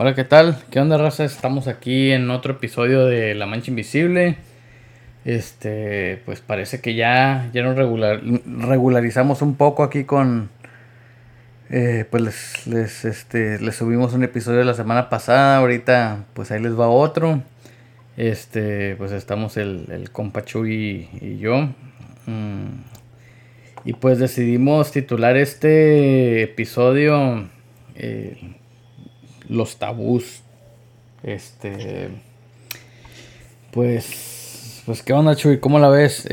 Hola, ¿qué tal? ¿Qué onda, raza? Estamos aquí en otro episodio de La Mancha Invisible. Pues parece que ya nos regularizamos un poco aquí con... pues les subimos un episodio la semana pasada, ahorita pues ahí les va otro. Pues estamos el compa Chuy y yo. Mm, y pues decidimos titular este episodio eh, Los tabús. Este... Pues, ¿qué onda, Chuy? ¿Cómo la ves?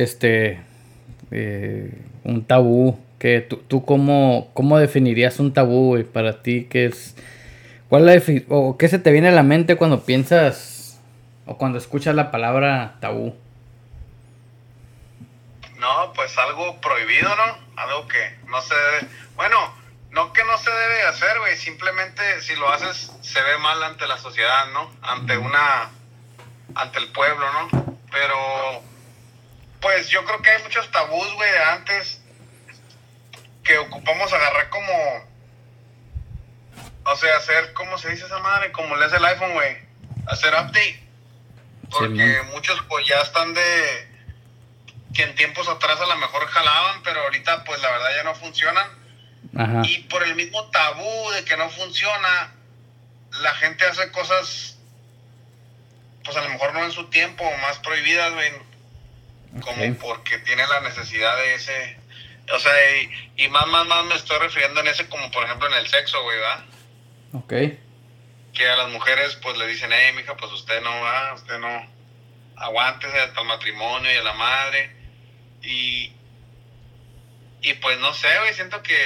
Un tabú. ¿Tú cómo definirías un tabú, güey? Para ti, ¿qué es? ¿O qué se te viene a la mente cuando piensas o cuando escuchas la palabra tabú? No, pues algo prohibido, ¿no? Algo que no se debe... Bueno, no que no se debe hacer, güey. Simplemente si lo haces se ve mal ante la sociedad, ¿no? Ante el pueblo, ¿no? Pero, pues yo creo que hay muchos tabús, güey, de antes que ocupamos agarrar como... O sea, hacer, ¿cómo se dice esa madre? Como le hace el iPhone, güey. Hacer update. Porque muchos pues ya están de... que en tiempos atrás a lo mejor jalaban, pero ahorita pues la verdad ya no funcionan. Ajá. Y por el mismo tabú de que no funciona, la gente hace cosas, pues a lo mejor no en su tiempo, más prohibidas, güey. Como porque tiene la necesidad de ese... O sea, y más me estoy refiriendo en ese, como por ejemplo en el sexo, güey, ¿verdad? Ok. Que a las mujeres pues le dicen, mija, pues usted no va, usted no... Aguántese hasta el matrimonio y a la madre. Y pues no sé, güey, siento que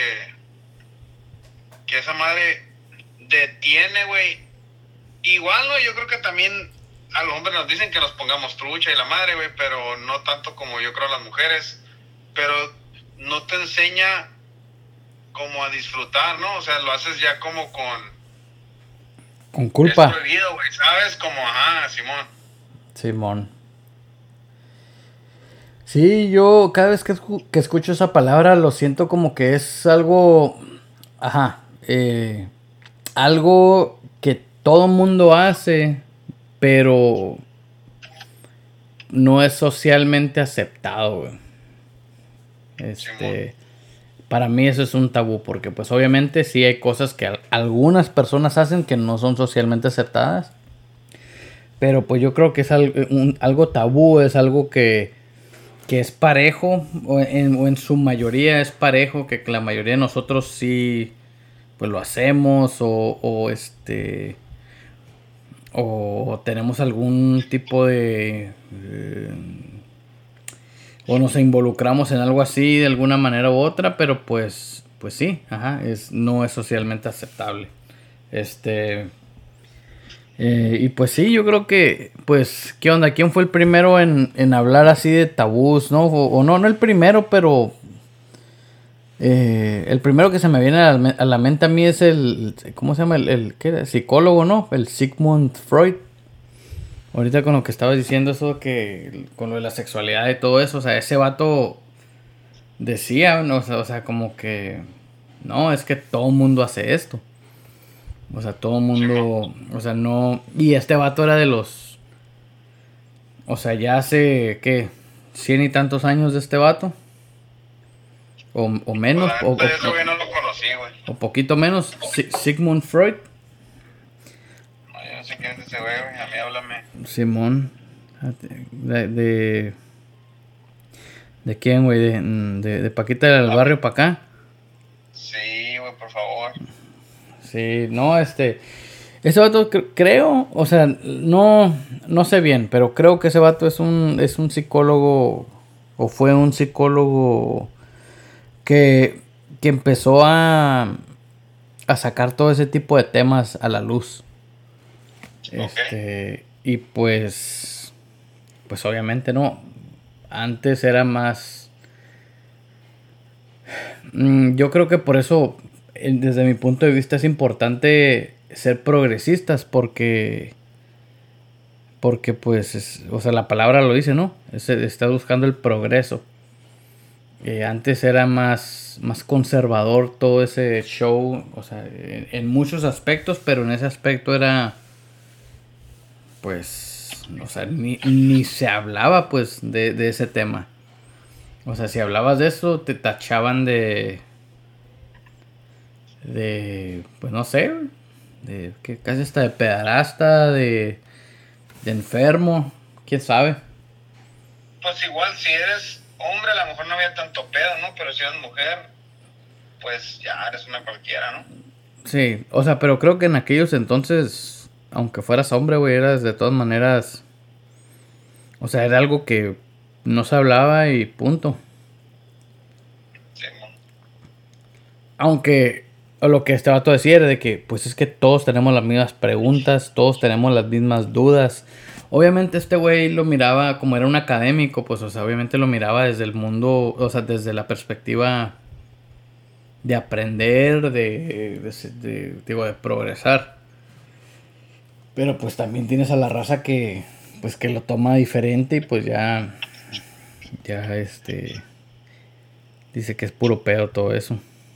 esa madre detiene, güey. Igual, güey, yo creo que también a los hombres nos dicen que nos pongamos trucha y la madre, güey, pero no tanto como yo creo a las mujeres. Pero no te enseña como a disfrutar, ¿no? O sea, lo haces ya como con culpa. Es prohibido, güey, ¿sabes? Como, ajá, Simón. Sí, yo cada vez que escucho esa palabra lo siento como que es algo, ajá, algo que todo mundo hace, pero no es socialmente aceptado, güey. Para mí eso es un tabú, porque pues obviamente sí hay cosas que algunas personas hacen que no son socialmente aceptadas, pero pues yo creo que es algo tabú, es algo que es parejo, o en su mayoría es parejo, que la mayoría de nosotros sí, pues lo hacemos, o tenemos algún tipo de, o nos involucramos en algo así de alguna manera u otra, pero pues sí, ajá, no es socialmente aceptable. Y pues sí, yo creo que, pues, ¿qué onda? ¿Quién fue el primero en hablar así de tabús, no? O no el primero, pero el primero que se me viene a la mente a mí es ¿cómo se llama? ¿Qué era? Psicólogo, ¿no? El Sigmund Freud. Ahorita con lo que estabas diciendo eso, que con lo de la sexualidad y todo eso, o sea, ese vato decía, ¿no? O sea, como que, no, es que todo el mundo hace esto. O sea, todo el mundo, o sea, no... Y este vato era de los... O sea, ya hace, ¿qué? 100 y tantos años de este vato. O menos. Pues eso, güey, no lo conocí, güey. O poquito menos. Sigmund Freud. No, yo no sé quién es ese güey, a mí háblame. Simón. De ¿De quién, güey? De Paquita del barrio para acá. Sí, güey, por favor. Sí, no, ese vato creo, o sea, no sé bien, pero creo que ese vato es un psicólogo, o fue un psicólogo que empezó a sacar todo ese tipo de temas a la luz. Y pues obviamente no, antes era más, yo creo que por eso, desde mi punto de vista, es importante ser progresistas, porque pues, o sea, la palabra lo dice, ¿no? Está buscando el progreso. Antes era más conservador todo ese show, o sea, en muchos aspectos, pero en ese aspecto era, pues, o sea, ni se hablaba, pues, de ese tema. O sea, si hablabas de eso, te tachaban pues no sé, de que casi hasta de pederasta, de enfermo, quién sabe. Pues igual, si eres hombre, a lo mejor no había tanto pedo, ¿no? Pero si eres mujer, pues ya eres una cualquiera, ¿no? Sí, o sea, pero creo que en aquellos entonces, aunque fueras hombre, güey, eras de todas maneras, o sea, era algo que no se hablaba y punto. Sí, mon. Aunque lo que este vato decía era de que, pues es que todos tenemos las mismas preguntas, todos tenemos las mismas dudas. Obviamente este güey lo miraba como era un académico, pues, o sea, obviamente lo miraba desde el mundo, o sea, desde la perspectiva de aprender, digo, de progresar. Pero pues también tienes a la raza que, pues, que lo toma diferente y pues dice que es puro pedo todo eso.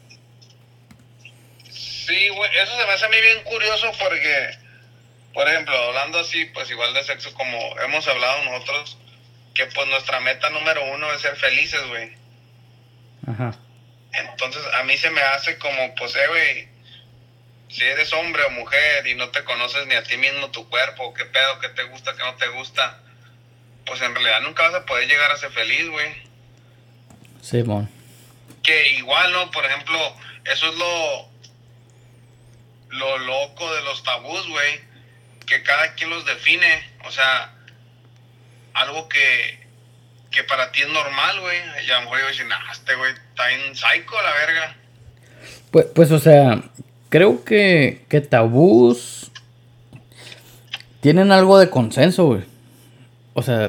Sí, güey, eso se me hace a mí bien curioso porque, por ejemplo, hablando así, pues igual de sexo como hemos hablado nosotros, que pues nuestra meta número 1 es ser felices, güey. Ajá. Entonces a mí se me hace como, pues, güey, si eres hombre o mujer y no te conoces ni a ti mismo tu cuerpo, qué pedo, qué te gusta, qué no te gusta, pues en realidad nunca vas a poder llegar a ser feliz, güey. Simón. Que igual, ¿no? Por ejemplo, eso es lo loco de los tabús, güey, que cada quien los define, o sea, algo que para ti es normal, güey, y a lo mejor yo voy a decir, nah, este güey está en psycho, la verga. Pues, o sea, creo que tabús tienen algo de consenso, güey. O sea,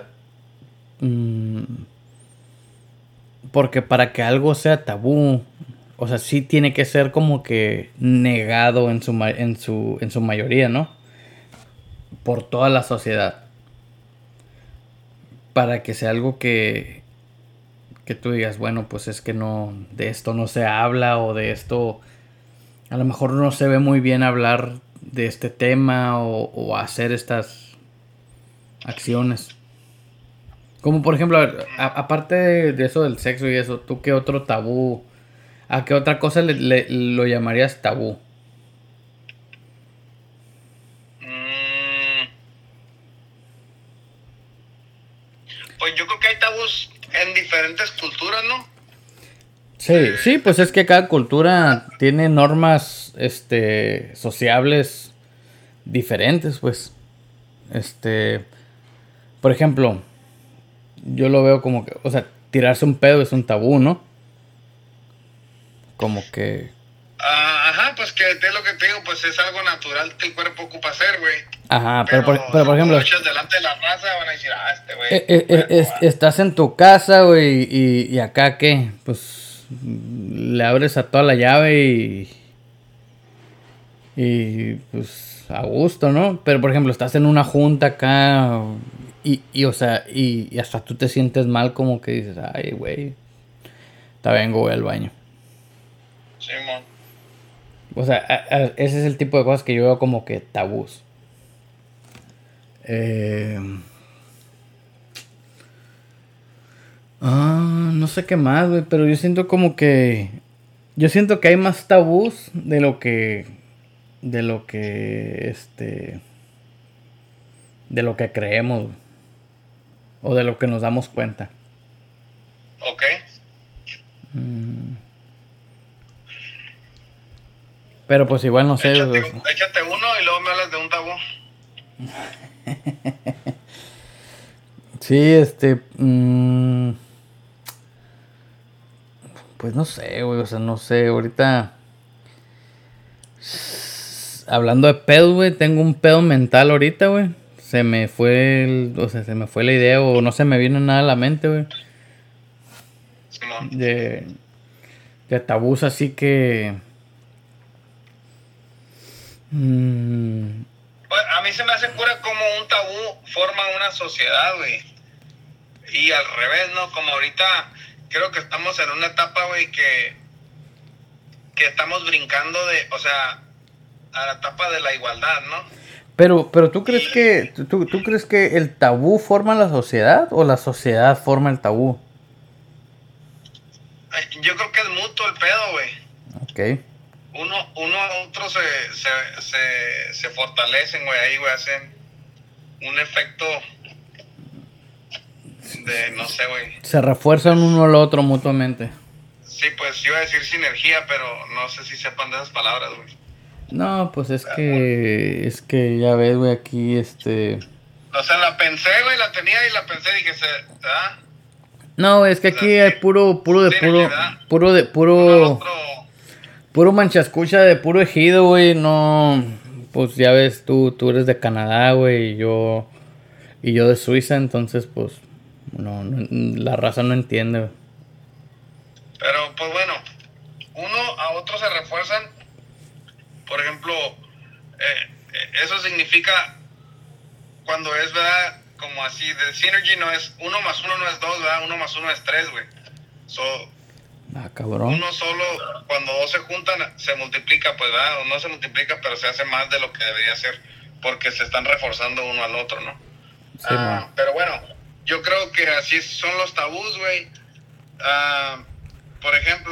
porque para que algo sea tabú, o sea, sí tiene que ser como que negado en su mayoría, ¿no? Por toda la sociedad. Para que sea algo que tú digas, bueno, pues es que no, de esto no se habla o de esto, a lo mejor no se ve muy bien hablar de este tema o hacer estas acciones. Como por ejemplo, a ver, aparte de eso del sexo y eso, ¿tú qué otro tabú, a qué otra cosa lo llamarías tabú? Mm, pues yo creo que hay tabús en diferentes culturas, ¿no? Sí, pues es que cada cultura tiene normas, sociables diferentes, pues. Este, por ejemplo, yo lo veo como que, o sea, tirarse un pedo es un tabú, ¿no? Como que... Ajá, pues que es lo que te digo, pues es algo natural que el cuerpo ocupa hacer, güey. Ajá, Pero por ejemplo, muchos delante de la raza van a decir, este güey. estás en tu casa, güey, y acá, ¿qué? Pues le abres a toda la llave y pues a gusto, ¿no? Pero por ejemplo, estás en una junta acá o sea, y hasta tú te sientes mal como que dices, ay, güey, está vengo, voy al baño. Sí, mon. O sea, ese es el tipo de cosas que yo veo como que tabús. No sé qué más, güey, pero yo siento como que... Yo siento que hay más tabús de lo que creemos, güey, o de lo que nos damos cuenta. Ok. Pero pues igual no sé, güey. Échate uno y luego me hablas de un tabú. Sí, pues no sé, güey, o sea, no sé, ahorita... Hablando de pedo, güey, tengo un pedo mental ahorita, güey. Se me fue, o sea, se me fue la idea o no se me vino nada a la mente, güey. Simón. De tabús así que... Pues, a mí se me hace cura como un tabú forma una sociedad, güey. Y al revés, ¿no? Como ahorita creo que estamos en una etapa, güey, que estamos brincando o sea, a la etapa de la igualdad, ¿no? Pero ¿tú crees que tú crees que el tabú forma la sociedad o la sociedad forma el tabú? Yo creo que es mutuo el pedo, güey. Ok. Uno a otro se fortalecen, güey, ahí, güey, hacen un efecto de, no sé, güey. Se refuerzan uno al otro mutuamente. Sí, pues iba a decir sinergia, pero no sé si sepan de esas palabras, güey. No, pues es que ya ves, güey, aquí O sea, la pensé, güey, la tenía y la pensé y dije, ¿verdad? No, es que aquí hay puro manchascucha de puro ejido, güey, no, pues ya ves, tú eres de Canadá, güey, y yo de Suiza, entonces, pues, no, la raza no entiende, güey. Pero, pues bueno, uno a otro se refuerzan. Por ejemplo, eso significa cuando es, ¿verdad? Como así, de synergy no es 1 más 1 no es 2, ¿verdad? 1 más 1 es 3, güey. Cabrón. Uno solo, cuando dos se juntan, se multiplica, pues, ¿verdad? O no se multiplica, pero se hace más de lo que debería ser, porque se están reforzando uno al otro, ¿no? Sí, pero bueno, yo creo que así son los tabús, güey. Por ejemplo,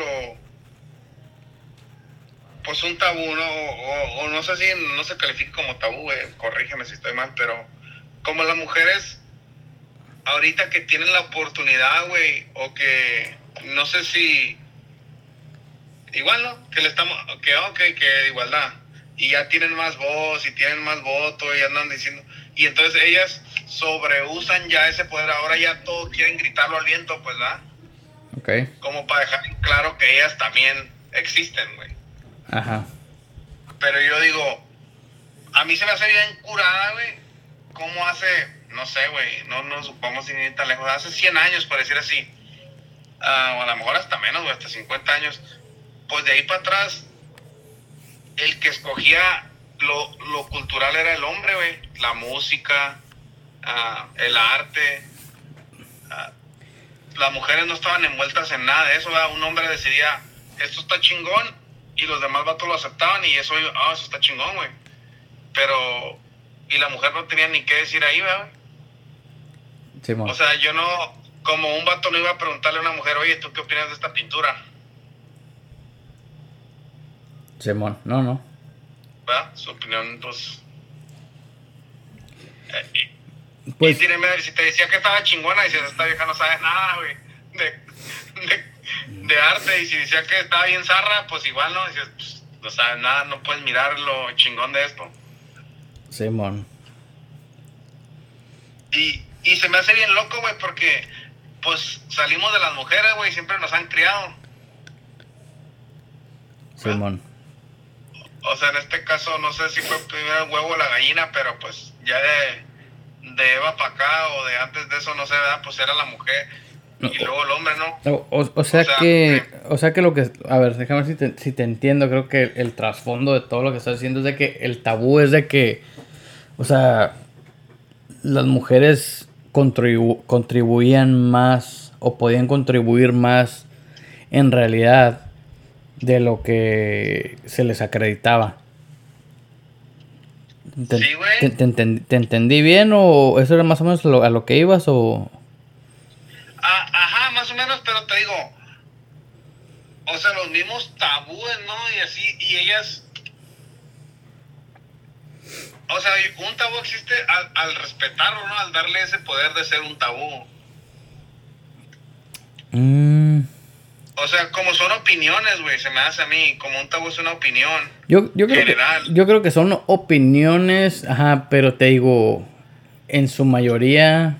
pues un tabú, ¿no? O no sé si no se califica como tabú, güey, corrígeme si estoy mal, pero como las mujeres ahorita que tienen la oportunidad, güey, o que no sé si igual, ¿no? Que le estamos, que igualdad, y ya tienen más voz y tienen más voto y andan diciendo, y entonces ellas sobreusan ya ese poder, ahora ya todos quieren gritarlo al viento, pues, ¿verdad? Okay. Como para dejar claro que ellas también existen, güey. Ajá. Pero yo digo, a mí se me hace bien curada, güey, cómo hace, no sé, güey, no nos supongamos sin ir tan lejos, hace 100 años, por decir así, o a lo mejor hasta menos, güey, hasta 50 años, pues de ahí para atrás, el que escogía lo cultural era el hombre, güey, la música, el arte, las mujeres no estaban envueltas en nada de eso, ¿verdad? Un hombre decidía, esto está chingón, y los demás vatos lo aceptaban, y eso está chingón, güey. Pero, y la mujer no tenía ni qué decir ahí, ¿verdad? Sí, o sea, yo no, como un vato no iba a preguntarle a una mujer, oye, ¿tú qué opinas de esta pintura? Simón, no. ¿Verdad? Su opinión, pues... Pues, y si te decía que estaba chingona, dices, esta vieja no sabe nada, güey, de arte. Y si decía que estaba bien zarra, pues igual, ¿no? Dices, pues, no sabes nada, no puedes mirar lo chingón de esto. Simón. Y se me hace bien loco, güey, porque, pues, salimos de las mujeres, güey, siempre nos han criado. Simón. O sea, en este caso, no sé si fue primero el huevo o la gallina, pero pues ya de Eva para acá o de antes de eso, no sé, ¿verdad? Pues era la mujer y luego el hombre, ¿no? O sea que lo que... A ver, déjame ver si te entiendo. Creo que el trasfondo de todo lo que estás diciendo es de que el tabú es de que... O sea, las mujeres contribuían más o podían contribuir más en realidad de lo que se les acreditaba. Sí, güey. ¿Te entendí bien o eso era más o menos a lo que ibas o...? Ajá, más o menos, pero te digo, o sea, los mismos tabúes, ¿no? Y así, y ellas, o sea, un tabú existe al respetarlo, ¿no? Al darle ese poder de ser un tabú. O sea, como son opiniones, güey, se me hace a mí, como un tabú es una opinión general. Yo creo que son opiniones, ajá, pero te digo, en su mayoría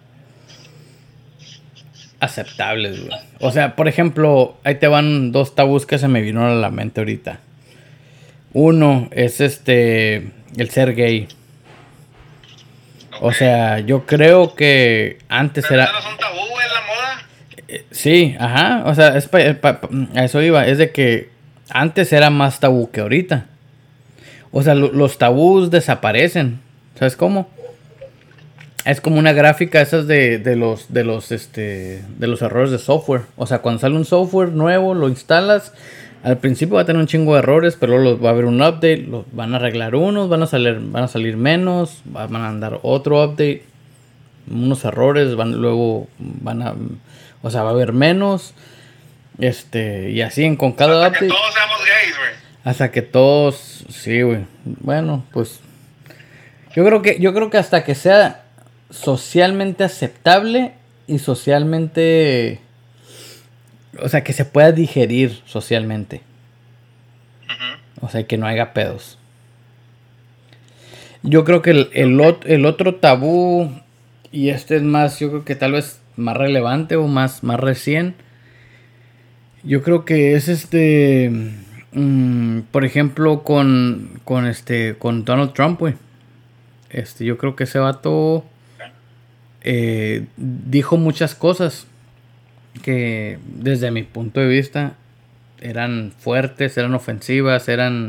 aceptables, güey. O sea, por ejemplo, ahí te van dos tabús que se me vino a la mente ahorita. Uno es el ser gay. Okay. O sea, yo creo que antes pero era... ¿no es un tabú, güey, la moda? Sí, ajá, o sea, a eso iba, es de que antes era más tabú que ahorita. O sea, los tabús desaparecen, ¿sabes cómo? Es como una gráfica esas de los errores de software. O sea, cuando sale un software nuevo, lo instalas. Al principio va a tener un chingo de errores, pero luego va a haber un update, los van a arreglar unos, van a salir menos, van a mandar otro update, unos errores, o sea, va a haber menos, y así con cada hasta update. Que todos seamos gays, güey. Hasta que todos, sí, güey. Bueno, pues yo creo que hasta que sea socialmente aceptable y socialmente, o sea, que se pueda digerir socialmente. O sea, que no haya pedos. Yo creo que el otro tabú, y este es más, yo creo que tal vez más relevante o más recién. Yo creo que es por ejemplo, con Donald Trump, güey. Yo creo que ese vato dijo muchas cosas que desde mi punto de vista eran fuertes, eran ofensivas, eran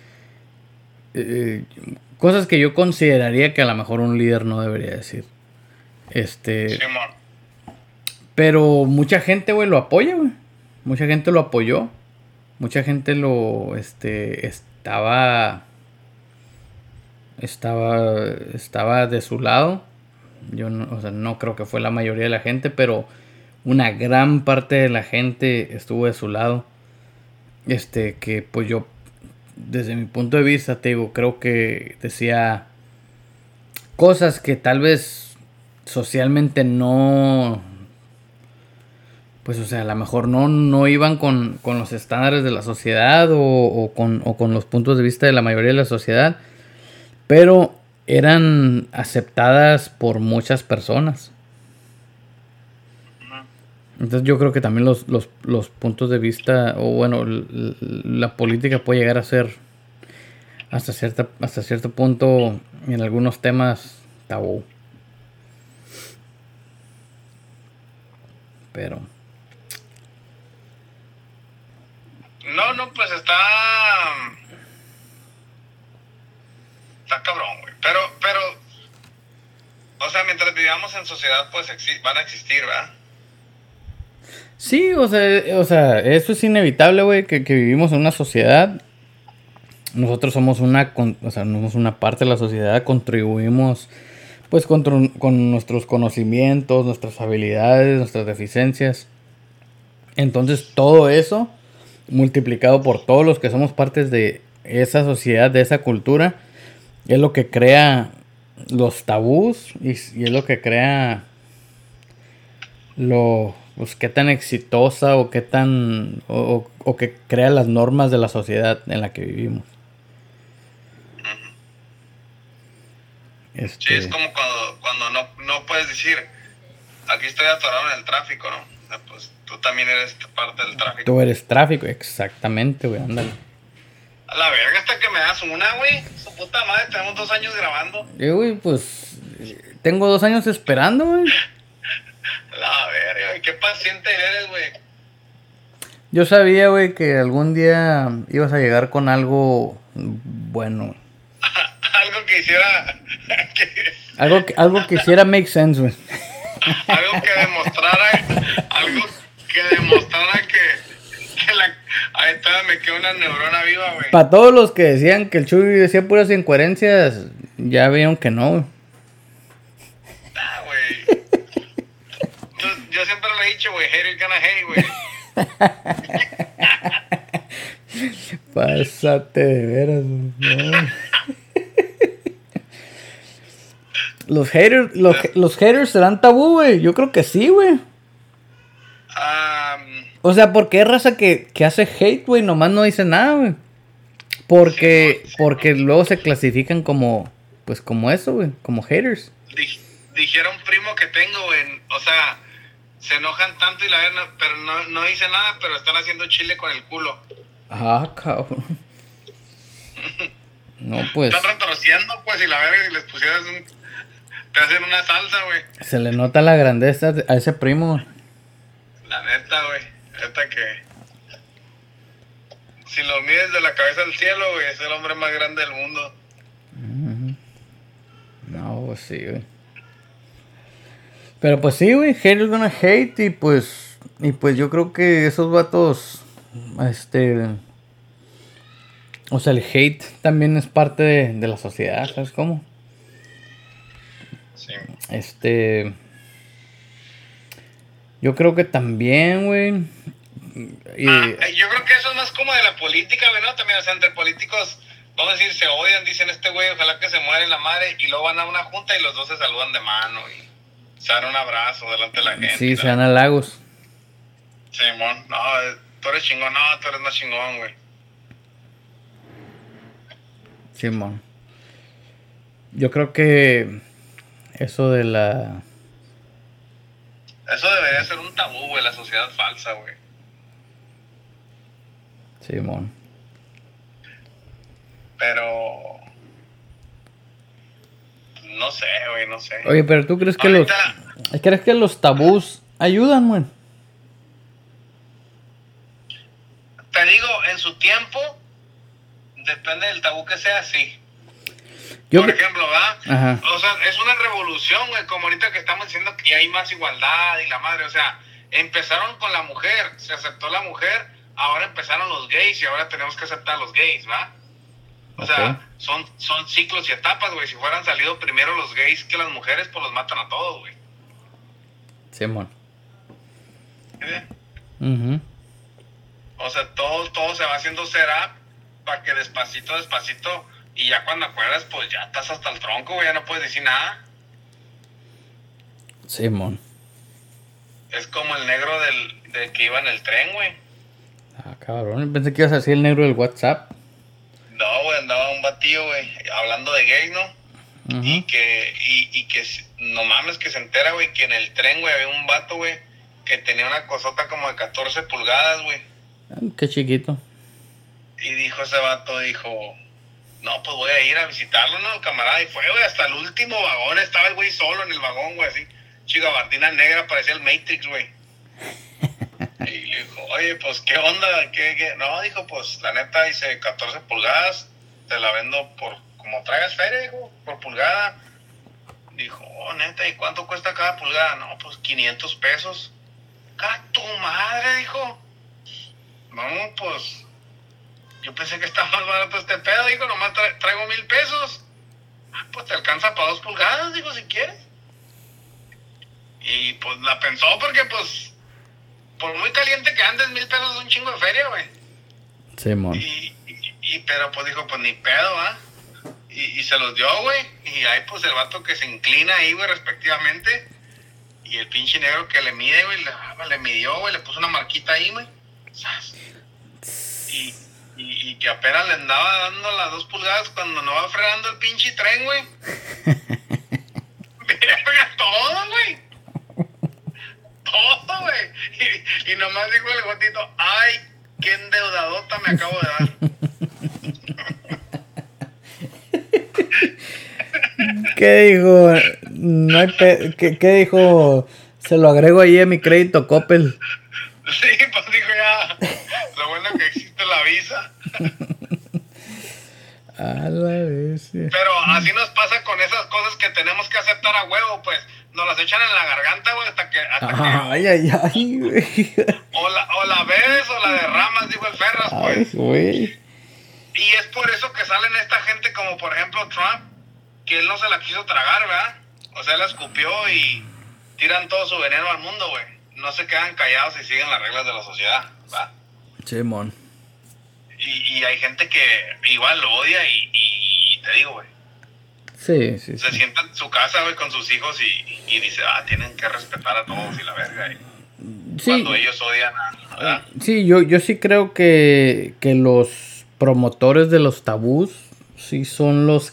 cosas que yo consideraría que a lo mejor un líder no debería decir. Pero mucha gente, güey, lo apoya, güey. Mucha gente lo apoyó. Mucha gente estaba de su lado. Yo no, o sea, no creo que fue la mayoría de la gente, pero una gran parte de la gente estuvo de su lado. Que pues yo, desde mi punto de vista, te digo, creo que decía cosas que tal vez socialmente no, pues o sea, a lo mejor no iban con los estándares de la sociedad o con los puntos de vista de la mayoría de la sociedad, pero eran aceptadas por muchas personas. Entonces yo creo que también los puntos de vista, o bueno, la política puede llegar a ser hasta cierto punto en algunos temas tabú. Pero no, pues está cabrón, güey. Pero, o sea, mientras vivamos en sociedad, pues van a existir, ¿verdad? sí, o sea, eso es inevitable, güey, que vivimos en una sociedad. Nosotros somos somos una parte de la sociedad, contribuimos pues con nuestros conocimientos, nuestras habilidades, nuestras deficiencias. Entonces todo eso multiplicado por todos los que somos partes de esa sociedad, de esa cultura, es lo que crea los tabús y es lo que crea pues qué tan exitosa o qué tan o que crea las normas de la sociedad en la que vivimos. Sí, es como cuando no puedes decir, aquí estoy atorado en el tráfico, ¿no? O sea, pues tú también eres parte del tráfico. Tú eres tráfico, exactamente, güey, ándale. A la verga, hasta que me das una, güey. Su puta madre, tenemos 2 años grabando. Güey, pues tengo 2 años esperando, güey. La verga, güey, qué paciente eres, güey. Yo sabía, güey, que algún día ibas a llegar con algo bueno. Algo que hiciera... Algo que hiciera make sense, güey. Algo que demostrara que la... Ahí está, me quedó una neurona viva, güey. Para todos los que decían que el Chuy decía puras incoherencias, ya vieron que no, güey. Güey. Yo siempre le he dicho, güey, hate is gonna hate, güey. Pásate de veras, no. Los haters serán tabú, güey. Yo creo que sí, güey. O sea, porque hay raza que hace hate, güey, nomás no dice nada, güey. Porque luego se clasifican como, pues como eso, güey, como haters. Dijera un primo que tengo, güey, o sea, se enojan tanto y la verdad, pero no dice nada, pero están haciendo chile con el culo. Ah, cabrón. No, pues. Están retorciendo, pues, y la verga, si les pusieras te hacen una salsa, güey. Se le nota la grandeza a ese primo. La neta, güey. Neta que... Si lo mides de la cabeza al cielo, güey, es el hombre más grande del mundo. No, pues sí, güey. Pero pues sí, güey, hate is gonna hate y pues yo creo que esos vatos, o sea, el hate también es parte de la sociedad, ¿sabes cómo? Sí. Yo creo que también, güey. Yo creo que eso es más como de la política, güey, ¿no? También, o sea, entre políticos, vamos a decir, se odian, dicen este güey, ojalá que se muera en la madre, y luego van a una junta y los dos se saludan de mano y se dan un abrazo delante de la gente. Sí, se dan halagos. Simón, no, tú eres chingón, no, tú eres más chingón, güey. Simón. Yo creo que eso de la... Eso debería ser un tabú, güey, la sociedad falsa, güey. Simón. Pero... no sé, güey, no sé. Oye, pero ¿tú crees que ahorita... ¿crees que los tabús ayudan, güey? Te digo, en su tiempo, depende del tabú que sea, sí. Por ejemplo, ¿va? Ajá. O sea, es una revolución, güey, como ahorita que estamos diciendo que hay más igualdad y la madre, o sea, empezaron con la mujer, se aceptó la mujer, ahora empezaron los gays y ahora tenemos que aceptar a los gays, ¿va? O sea, son ciclos y etapas, güey. Si fueran salido primero los gays que las mujeres, pues los matan a todos, güey. Simón. ¿Sí? O sea, todo se va haciendo setup para que despacito, y ya cuando acuerdas, pues ya estás hasta el tronco, güey, ya no puedes decir nada. Simón. Es como el negro del que iba en el tren, güey. Ah, cabrón, pensé que ibas a decir el negro del WhatsApp. No, güey, andaba un batillo, güey, hablando de gays, ¿no? Y que no mames, que se entera, güey, que en el tren, güey, había un vato, güey, que tenía una cosota como de 14 pulgadas, güey. Qué chiquito. Y dijo ese vato, no, pues voy a ir a visitarlo, ¿no? El camarada, y fue, güey, hasta el último vagón, estaba el güey solo en el vagón, güey, así, chigabardina negra, parecía el Matrix, güey. Y le dijo, oye, pues, ¿qué onda? ¿Qué? No, dijo, pues, la neta, dice, 14 pulgadas, te la vendo por, como traigas feria, dijo, por pulgada. Dijo, oh, neta, ¿y cuánto cuesta cada pulgada? No, pues, 500 pesos. ¡A tu madre!, dijo. No, pues, yo pensé que estaba más barato este pedo, dijo, nomás traigo 1,000 pesos. Ah, pues, te alcanza para 2 pulgadas, dijo, si quieres. Y, pues, la pensó porque, pues, por muy caliente que andes, 1,000 pesos es un chingo de feria, güey. Sí, mon. Pero pues dijo, pues ni pedo, ¿ah? Y se los dio, güey. Y ahí pues el vato que se inclina ahí, güey, respectivamente. Y el pinche negro que le mide, güey, le midió, güey, le puso una marquita ahí, güey. Y que apenas le andaba dando las 2 pulgadas cuando no va frenando el pinche tren, güey. Verga, todo, güey. Todo, güey. Y nomás dijo el gotito, ay, qué endeudadota me acabo de dar. ¿Qué dijo? No hay ¿Qué dijo? Se lo agrego ahí a mi crédito Coppel. Sí, pues dijo ya, lo bueno que existe la visa. A la vez. Pero así nos pasa con esas cosas que tenemos que aceptar a huevo, pues. Nos las echan en la garganta, güey, hasta que ay, güey. O la bebes o la derramas, dijo el Ferras, pues. Ay, güey. Y es por eso que salen esta gente como, por ejemplo, Trump, que él no se la quiso tragar, ¿verdad? O sea, la escupió y tiran todo su veneno al mundo, güey. No se quedan callados y siguen las reglas de la sociedad, ¿verdad? Sí, mon. Y hay gente que igual lo odia y te digo, güey. Sí. Se sienta en su casa, güey, con sus hijos y dice, tienen que respetar a todos y la verga. Sí. Cuando ellos odian ¿verdad? Sí, yo sí creo que los promotores de los tabús sí son los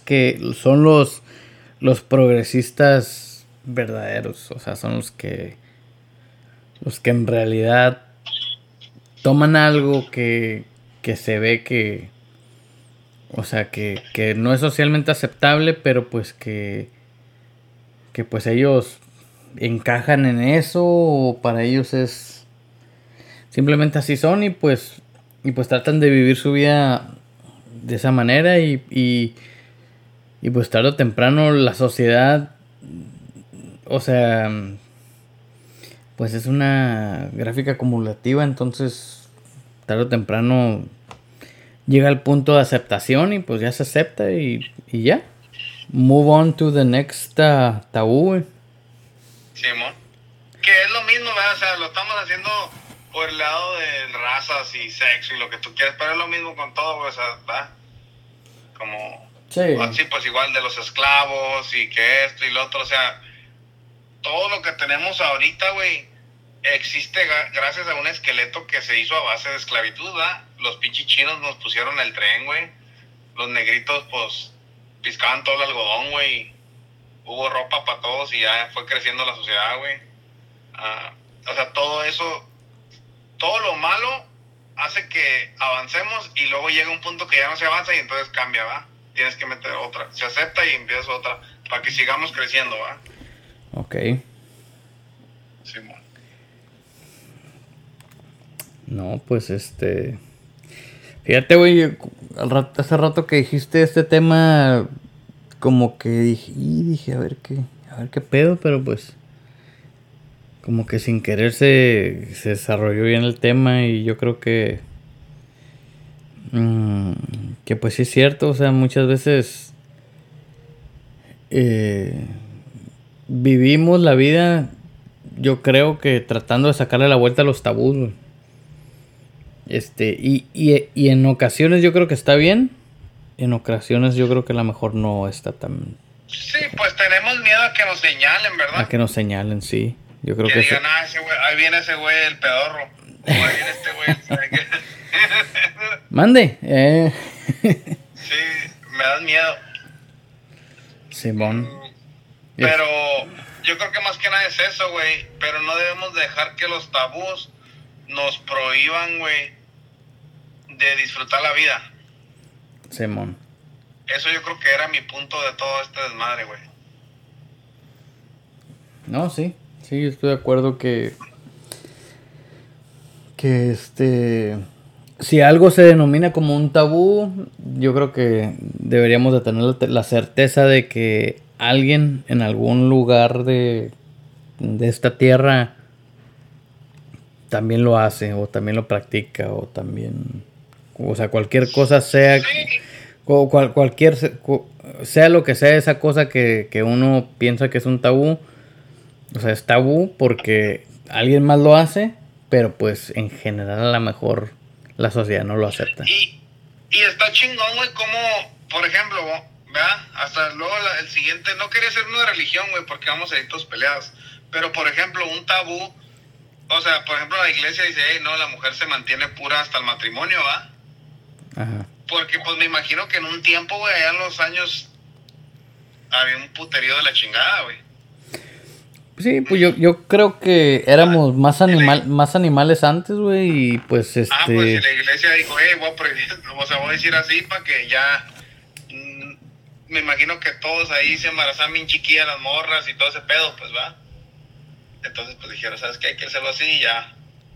progresistas verdaderos. O sea, son los que en realidad toman algo que se ve que, o sea, que no es socialmente aceptable, pero pues que pues ellos encajan en eso, o para ellos es simplemente así son, y pues tratan de vivir su vida de esa manera, y pues tarde o temprano la sociedad, o sea, pues es una gráfica acumulativa, entonces tarde o temprano llega al punto de aceptación y pues ya se acepta y ya. Move on to the next tabú, güey. Simón. Que es lo mismo, ¿verdad? O sea, lo estamos haciendo por el lado de razas y sexo y lo que tú quieras, pero es lo mismo con todo, güey, o sea, ¿verdad? Como... Sí. Así pues igual de los esclavos y que esto y lo otro, o sea, todo lo que tenemos ahorita, güey, existe gracias a un esqueleto que se hizo a base de esclavitud, ¿verdad? Los pinches chinos nos pusieron el tren, güey. Los negritos, pues, piscaban todo el algodón, güey. Hubo ropa para todos y ya fue creciendo la sociedad, güey. O sea, todo eso, todo lo malo hace que avancemos y luego llega un punto que ya no se avanza y entonces cambia, ¿va? Tienes que meter otra. Se acepta y empiezas otra para que sigamos creciendo, ¿va? Ok. Simón. No, pues fíjate, güey, hace rato que dijiste este tema, como que dije, a ver qué pedo, pero pues como que sin querer se desarrolló bien el tema y yo creo que pues sí es cierto, o sea, muchas veces vivimos la vida, yo creo que tratando de sacarle la vuelta a los tabús, güey. Y en ocasiones yo creo que está bien, en ocasiones yo creo que a lo mejor no está tan... Sí, pues tenemos miedo a que nos señalen, ¿verdad? A que nos señalen, sí. Yo creo que que digan, ese güey, ahí viene ese güey el pedorro. O ahí viene este güey, ¿sabe qué? Mande. Sí, me dan miedo. Simón. Pero yo creo que más que nada es eso, güey. Pero no debemos dejar que los tabús nos prohíban, güey, de disfrutar la vida. Simón. Eso yo creo que era mi punto de todo este desmadre, güey. No, sí. Sí, yo estoy de acuerdo que si algo se denomina como un tabú, yo creo que deberíamos de tener la certeza de que alguien en algún lugar de esta tierra también lo hace o también lo practica o también, o sea, cualquier cosa sea, Sí. sea lo que sea esa cosa que uno piensa que es un tabú, o sea, es tabú porque alguien más lo hace, pero pues en general a lo mejor la sociedad no lo acepta. Y está chingón, güey, como, por ejemplo, ¿verdad? Hasta luego el siguiente, no quería ser una religión, güey, porque vamos a ir todos peleados. Pero, por ejemplo, un tabú, o sea, por ejemplo, la iglesia dice, hey, no, la mujer se mantiene pura hasta el matrimonio, ¿va? Ajá. Porque, pues, me imagino que en un tiempo, güey, allá en los años, había un puterío de la chingada, güey. Sí, pues yo creo que éramos más animales antes, güey, y pues pues si la iglesia dijo, voy a prohibir, o sea, voy a decir así para que ya... me imagino que todos ahí se embarazaban bien chiquillas las morras y todo ese pedo, pues, va. Entonces, pues, dijeron, ¿sabes qué? Hay que hacerlo así y ya.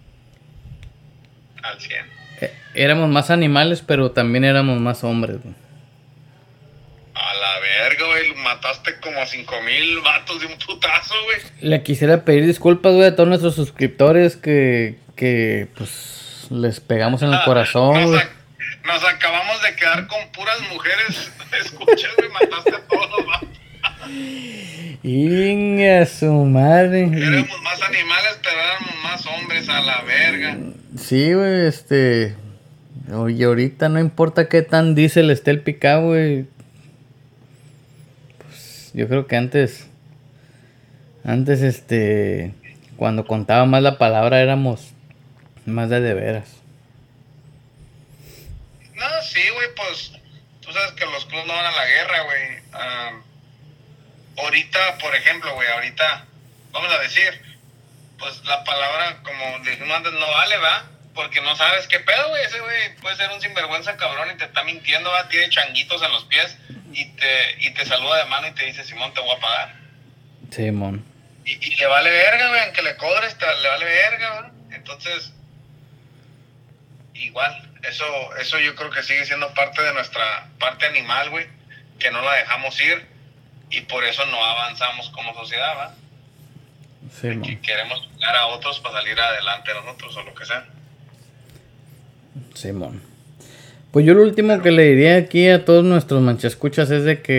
Al 100. Éramos más animales, pero también éramos más hombres, güey. A la verga, güey, mataste como 5,000 vatos de un putazo, güey. Le quisiera pedir disculpas, güey, a todos nuestros suscriptores que pues les pegamos en el corazón, güey. Nos acabamos de quedar con puras mujeres. Escuchas, güey, mataste a todos los vatos. Inga su madre. Éramos más animales, pero éramos más hombres, a la verga. Sí, güey, oye, ahorita no importa qué tan diésel esté el picado, güey. Pues yo creo que antes, cuando contaba más la palabra éramos más de veras. No, sí, güey, pues tú sabes que los clubs no van a la guerra, güey. Ahorita, por ejemplo, güey, vamos a decir, pues la palabra, como dijimos antes, no vale, ¿va? Porque no sabes qué pedo, güey. Ese güey puede ser un sinvergüenza cabrón y te está mintiendo, ¿va? Tiene changuitos en los pies y te saluda de mano y te dice, Simón, te voy a pagar. Simón. Y le vale verga, güey, aunque le cobres, le vale verga, ¿va? Entonces, igual, eso yo creo que sigue siendo parte de nuestra parte animal, güey, que no la dejamos ir y por eso no avanzamos como sociedad, ¿va? Sí, de que queremos ayudar a otros para salir adelante nosotros o lo que sea. Simón. Pues yo lo último que le diría aquí a todos nuestros manchescuchas es de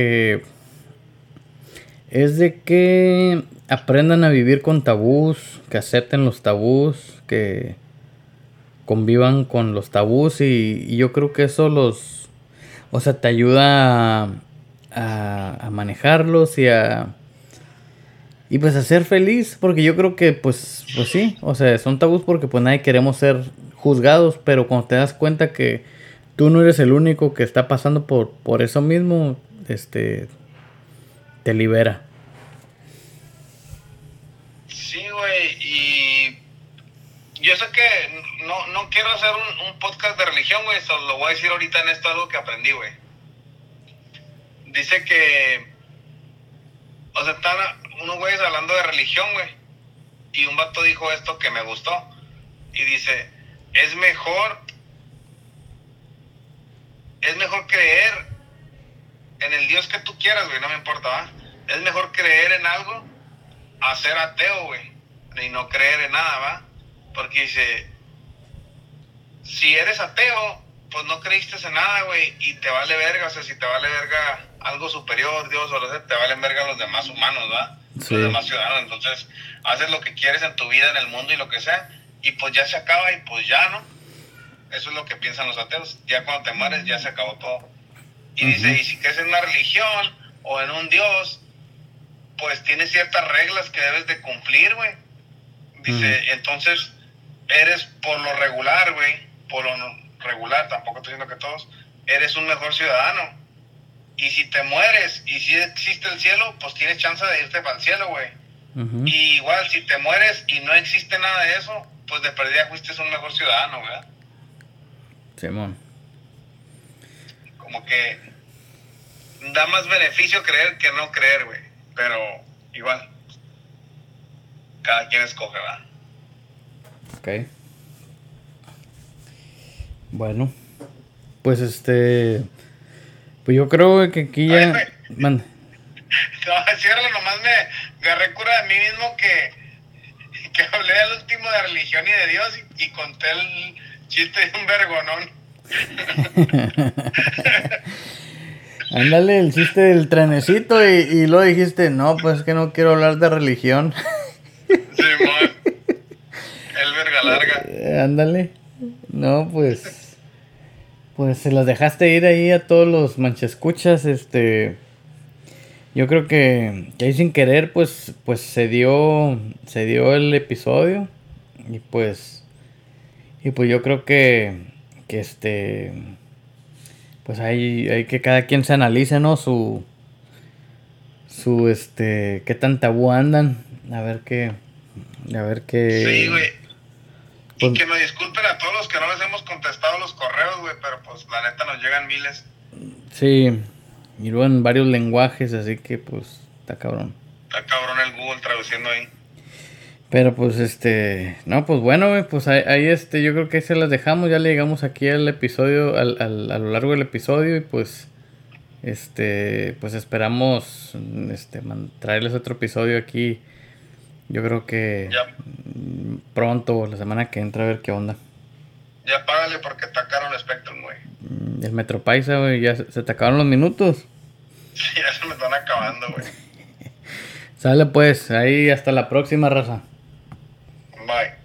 que aprendan a vivir con tabús, que acepten los tabús, que convivan con los tabús y yo creo que eso o sea, te ayuda a manejarlos y pues a ser feliz, porque yo creo que pues sí, o sea, son tabús porque pues nadie queremos ser juzgados, pero cuando te das cuenta que tú no eres el único que está pasando por eso mismo, te libera. Sí, güey, y yo sé que no quiero hacer un podcast de religión, güey, solo lo voy a decir ahorita en esto algo que aprendí, güey. Dice que, o sea, están unos güeyes hablando de religión, güey, y un vato dijo esto que me gustó, y dice, es mejor creer en el Dios que tú quieras, güey, no me importa, ¿va? Es mejor creer en algo a ser ateo, güey, y no creer en nada, ¿va? Porque dice, si eres ateo, pues no creíste en nada, güey, y te vale verga, o sea, si te vale verga algo superior, Dios, o lo que te valen verga los demás humanos, ¿va? Sí. Los demás ciudadanos, entonces haces lo que quieres en tu vida, en el mundo y lo que sea, y pues ya se acaba y pues ya, ¿no? Eso es lo que piensan los ateos, ya cuando te mueres ya se acabó todo. Y dice, y si crees en una religión o en un Dios, pues tienes ciertas reglas que debes de cumplir, güey. Dice, entonces eres por lo regular, güey, por lo regular, tampoco estoy diciendo que todos, eres un mejor ciudadano. Y si te mueres y si existe el cielo, pues tienes chance de irte para el cielo, güey. Y igual, si te mueres y no existe nada de eso, pues de perdida fuiste un mejor ciudadano, ¿verdad? Simón. Como que da más beneficio creer que no creer, güey. Pero igual, cada quien escoge, ¿verdad? Ok. Bueno, pues pues yo creo que aquí ya... No, ciérralo, nomás me agarré cura de mí mismo que hablé al último de religión y de Dios y conté el chiste de un vergonón. Ándale, el chiste del trenecito y luego dijiste, no, pues es que no quiero hablar de religión. Sí, man. El verga larga. Ándale. No, pues se los dejaste ir ahí a todos los manchescuchas, yo creo que ahí sin querer pues se dio el episodio y pues yo creo que pues hay que cada quien se analice, ¿no? su qué tan tabú andan, a ver qué sí, güey. Y que me disculpen a todos los que no les hemos contestado los correos, güey, pero pues la neta nos llegan miles. Sí, y luego en varios lenguajes, así que pues está cabrón. Está cabrón el Google traduciendo ahí. Pero pues no, pues bueno, güey, pues ahí yo creo que ahí se las dejamos, ya le llegamos aquí al episodio, a lo largo del episodio y pues pues esperamos traerles otro episodio aquí. Yo creo que pronto, la semana que entra, a ver qué onda. Ya págale porque está caro el Spectrum, güey. El Metro Paisa, güey, ya se te acabaron los minutos. Sí, ya se me están acabando, güey. Sale pues, ahí hasta la próxima, raza. Bye.